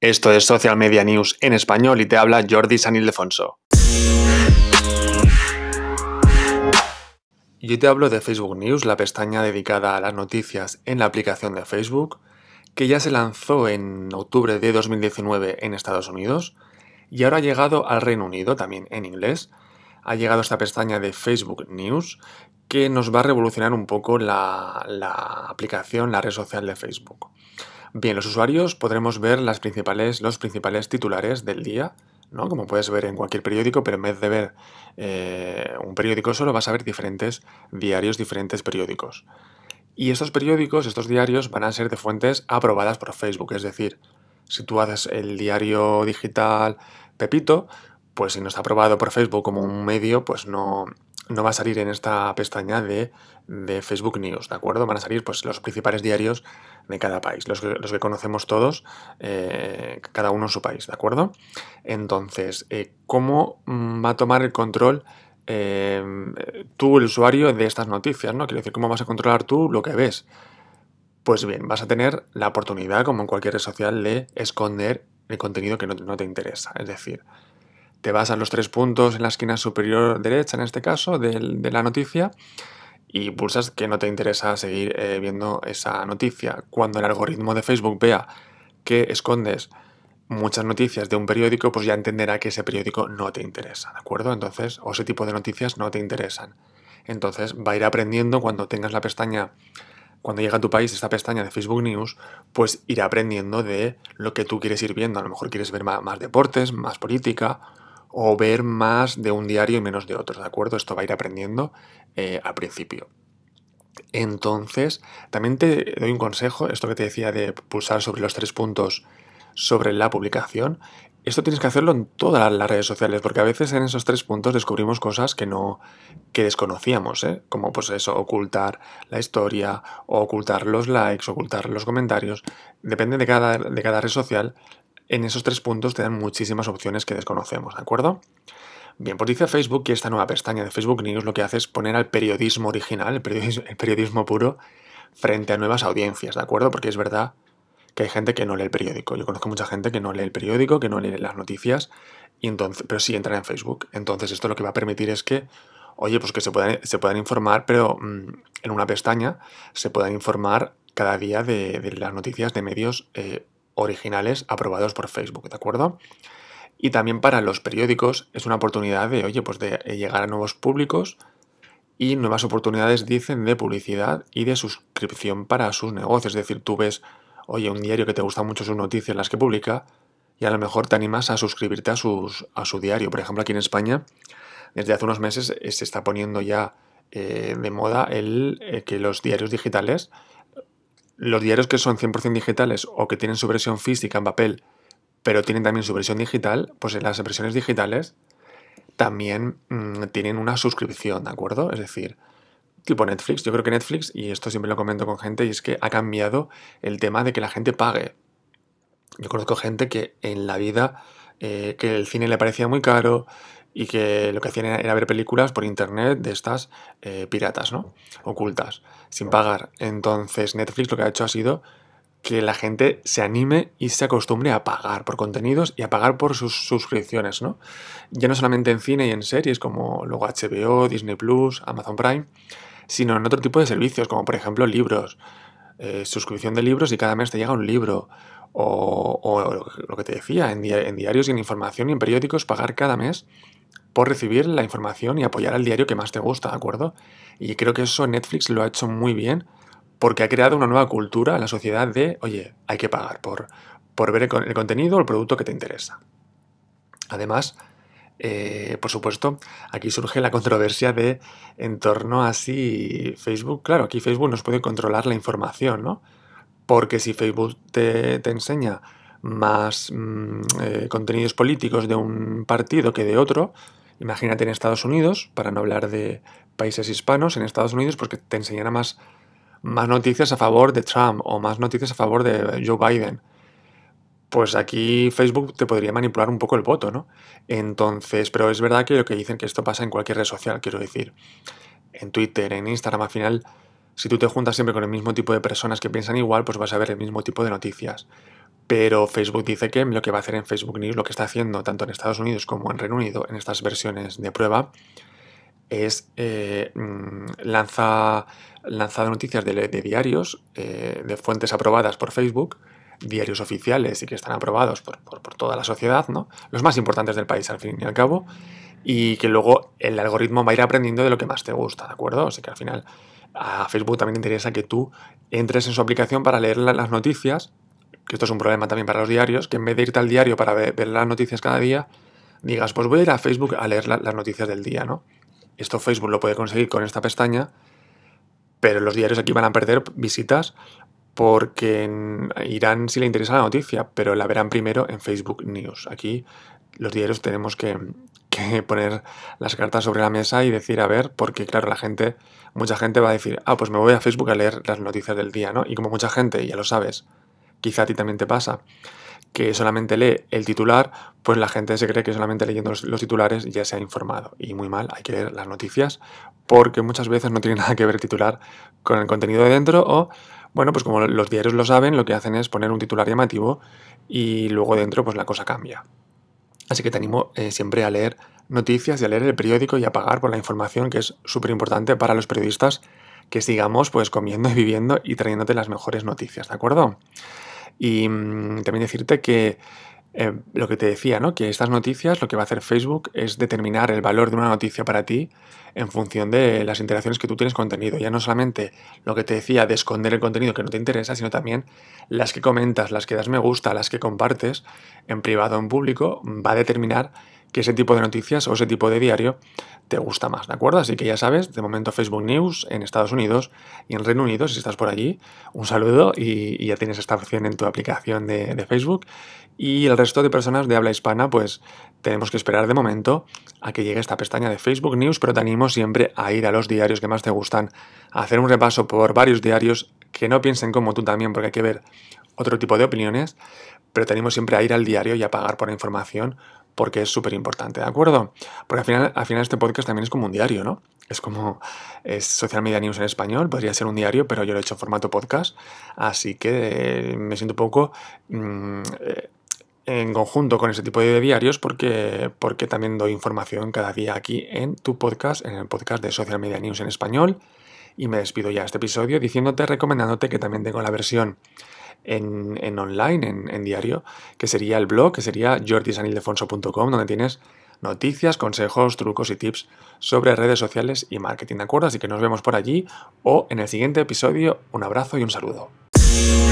Esto es Social Media News en español y te habla Jordi San Ildefonso. Yo te hablo de Facebook News, la pestaña dedicada a las noticias en la aplicación de Facebook, que ya se lanzó en octubre de 2019 en Estados Unidos y ahora ha llegado al Reino Unido, también en inglés. Ha llegado esta pestaña de Facebook News que nos va a revolucionar un poco la aplicación, la red social de Facebook. Bien, los usuarios podremos ver los principales titulares del día, ¿no? Como puedes ver en cualquier periódico, pero en vez de ver un periódico solo, vas a ver diferentes diarios, diferentes periódicos. Y estos periódicos, estos diarios, van a ser de fuentes aprobadas por Facebook. Es decir, si tú haces el diario digital Pepito, pues si no está aprobado por Facebook como un medio, pues no va a salir en esta pestaña de Facebook News, ¿de acuerdo? Van a salir pues los principales diarios de cada país, los que conocemos todos, cada uno en su país, ¿de acuerdo? Entonces, ¿cómo va a tomar el control tú, el usuario, de estas noticias, ¿no? Quiero decir, ¿cómo vas a controlar tú lo que ves? Pues bien, vas a tener la oportunidad, como en cualquier red social, de esconder el contenido que no te interesa. Es decir, te vas a los 3 puntos en la esquina superior derecha, en este caso, de la noticia, y pulsas que no te interesa seguir viendo esa noticia. Cuando el algoritmo de Facebook vea que escondes muchas noticias de un periódico, pues ya entenderá que ese periódico no te interesa, ¿de acuerdo? Entonces, o ese tipo de noticias no te interesan. Entonces, va a ir aprendiendo cuando tengas la pestaña, cuando llega a tu país esta pestaña de Facebook News, pues irá aprendiendo de lo que tú quieres ir viendo. A lo mejor quieres ver más deportes, más política, o ver más de un diario y menos de otro, ¿de acuerdo? Esto va a ir aprendiendo al principio. Entonces, también te doy un consejo, esto que te decía de pulsar sobre los 3 puntos sobre la publicación. Esto tienes que hacerlo en todas las redes sociales, porque a veces en esos 3 puntos descubrimos cosas que desconocíamos, ¿eh? Como pues eso, ocultar la historia, o ocultar los likes, ocultar los comentarios. Depende de cada red social. En esos 3 puntos te dan muchísimas opciones que desconocemos, ¿de acuerdo? Bien, pues dice Facebook que esta nueva pestaña de Facebook News lo que hace es poner al periodismo original, el periodismo puro, frente a nuevas audiencias, ¿de acuerdo? Porque es verdad que hay gente que no lee el periódico. Yo conozco mucha gente que no lee el periódico, que no lee las noticias, y entonces, pero sí entra en Facebook. Entonces esto lo que va a permitir es que, oye, pues que se puedan informar, pero en una pestaña se puedan informar cada día de las noticias de medios originales aprobados por Facebook, ¿de acuerdo? Y también para los periódicos es una oportunidad de, oye, pues de llegar a nuevos públicos y nuevas oportunidades, dicen, de publicidad y de suscripción para sus negocios. Es decir, tú ves, oye, un diario que te gustan mucho sus noticias, las que publica, y a lo mejor te animas a suscribirte a su diario. Por ejemplo, aquí en España, desde hace unos meses se está poniendo ya de moda que los diarios digitales, los diarios que son 100% digitales o que tienen su versión física en papel, pero tienen también su versión digital, pues en las versiones digitales también tienen una suscripción, ¿de acuerdo? Es decir, tipo Netflix. Yo creo que Netflix, y esto siempre lo comento con gente, y es que ha cambiado el tema de que la gente pague. Yo conozco gente que en la vida, que el cine le parecía muy caro y que lo que hacían era ver películas por internet de estas piratas, ¿no? Ocultas, sin pagar. Entonces Netflix lo que ha hecho ha sido que la gente se anime y se acostumbre a pagar por contenidos y a pagar por sus suscripciones, ¿no? Ya no solamente en cine y en series como luego HBO, Disney Plus, Amazon Prime, sino en otro tipo de servicios, como por ejemplo libros, suscripción de libros y cada mes te llega un libro, o lo que te decía, en diarios y en información y en periódicos, pagar cada mes por recibir la información y apoyar al diario que más te gusta, ¿de acuerdo? Y creo que eso Netflix lo ha hecho muy bien porque ha creado una nueva cultura en la sociedad de, oye, hay que pagar por ver el contenido o el producto que te interesa. Además, por supuesto, aquí surge la controversia de en torno a si Facebook, claro, aquí Facebook nos puede controlar la información, ¿no? Porque si Facebook te enseña más contenidos políticos de un partido que de otro, imagínate en Estados Unidos, para no hablar de países hispanos, en Estados Unidos, porque te enseñará más noticias a favor de Trump o más noticias a favor de Joe Biden. Pues aquí Facebook te podría manipular un poco el voto, ¿no? Entonces, pero es verdad que lo que dicen que esto pasa en cualquier red social, quiero decir, en Twitter, en Instagram, al final, si tú te juntas siempre con el mismo tipo de personas que piensan igual, pues vas a ver el mismo tipo de noticias. Pero Facebook dice que lo que va a hacer en Facebook News, lo que está haciendo tanto en Estados Unidos como en Reino Unido en estas versiones de prueba, es lanza noticias de diarios, de fuentes aprobadas por Facebook, diarios oficiales y que están aprobados por toda la sociedad, ¿no? Los más importantes del país al fin y al cabo, y que luego el algoritmo va a ir aprendiendo de lo que más te gusta, ¿de acuerdo? O sea que al final a Facebook también le interesa que tú entres en su aplicación para leer las noticias, que esto es un problema también para los diarios, que en vez de irte al diario para ver las noticias cada día, digas, pues voy a ir a Facebook a leer las noticias del día, ¿no? Esto Facebook lo puede conseguir con esta pestaña, pero los diarios aquí van a perder visitas porque irán si le interesa la noticia, pero la verán primero en Facebook News. Aquí los diarios tenemos que poner las cartas sobre la mesa y decir, a ver, porque claro, mucha gente va a decir, pues me voy a Facebook a leer las noticias del día, ¿no? Y como mucha gente, ya lo sabes, quizá a ti también te pasa, que solamente lee el titular, pues la gente se cree que solamente leyendo los titulares ya se ha informado. Y muy mal, hay que leer las noticias porque muchas veces no tiene nada que ver el titular con el contenido de dentro o, bueno, pues como los diarios lo saben, lo que hacen es poner un titular llamativo y luego dentro pues la cosa cambia. Así que te animo siempre a leer noticias y a leer el periódico y a pagar por la información, que es súper importante para los periodistas que sigamos pues comiendo y viviendo y trayéndote las mejores noticias, ¿de acuerdo? Y también decirte que lo que te decía, ¿no? Que estas noticias, lo que va a hacer Facebook es determinar el valor de una noticia para ti en función de las interacciones que tú tienes con contenido. Ya no solamente lo que te decía de esconder el contenido que no te interesa, sino también las que comentas, las que das me gusta, las que compartes en privado o en público, va a determinar que ese tipo de noticias o ese tipo de diario te gusta más, ¿de acuerdo? Así que ya sabes, de momento Facebook News en Estados Unidos y en Reino Unido, si estás por allí, un saludo y ya tienes esta opción en tu aplicación de Facebook. Y el resto de personas de habla hispana, pues tenemos que esperar de momento a que llegue esta pestaña de Facebook News, pero te animo siempre a ir a los diarios que más te gustan, a hacer un repaso por varios diarios que no piensen como tú también, porque hay que ver otro tipo de opiniones, pero te animo siempre a ir al diario y a pagar por la información, porque es súper importante, ¿de acuerdo? Porque al final este podcast también es como un diario, ¿no? Es Social Media News en español, podría ser un diario, pero yo lo he hecho en formato podcast, así que me siento un poco en conjunto con ese tipo de diarios porque también doy información cada día aquí en tu podcast, en el podcast de Social Media News en español. Y me despido ya de este episodio recomendándote que también tengo la versión en online, en diario, que sería el blog, que sería jordisanildefonso.com, donde tienes noticias, consejos, trucos y tips sobre redes sociales y marketing, ¿de acuerdo? Así que nos vemos por allí o en el siguiente episodio. Un abrazo y un saludo.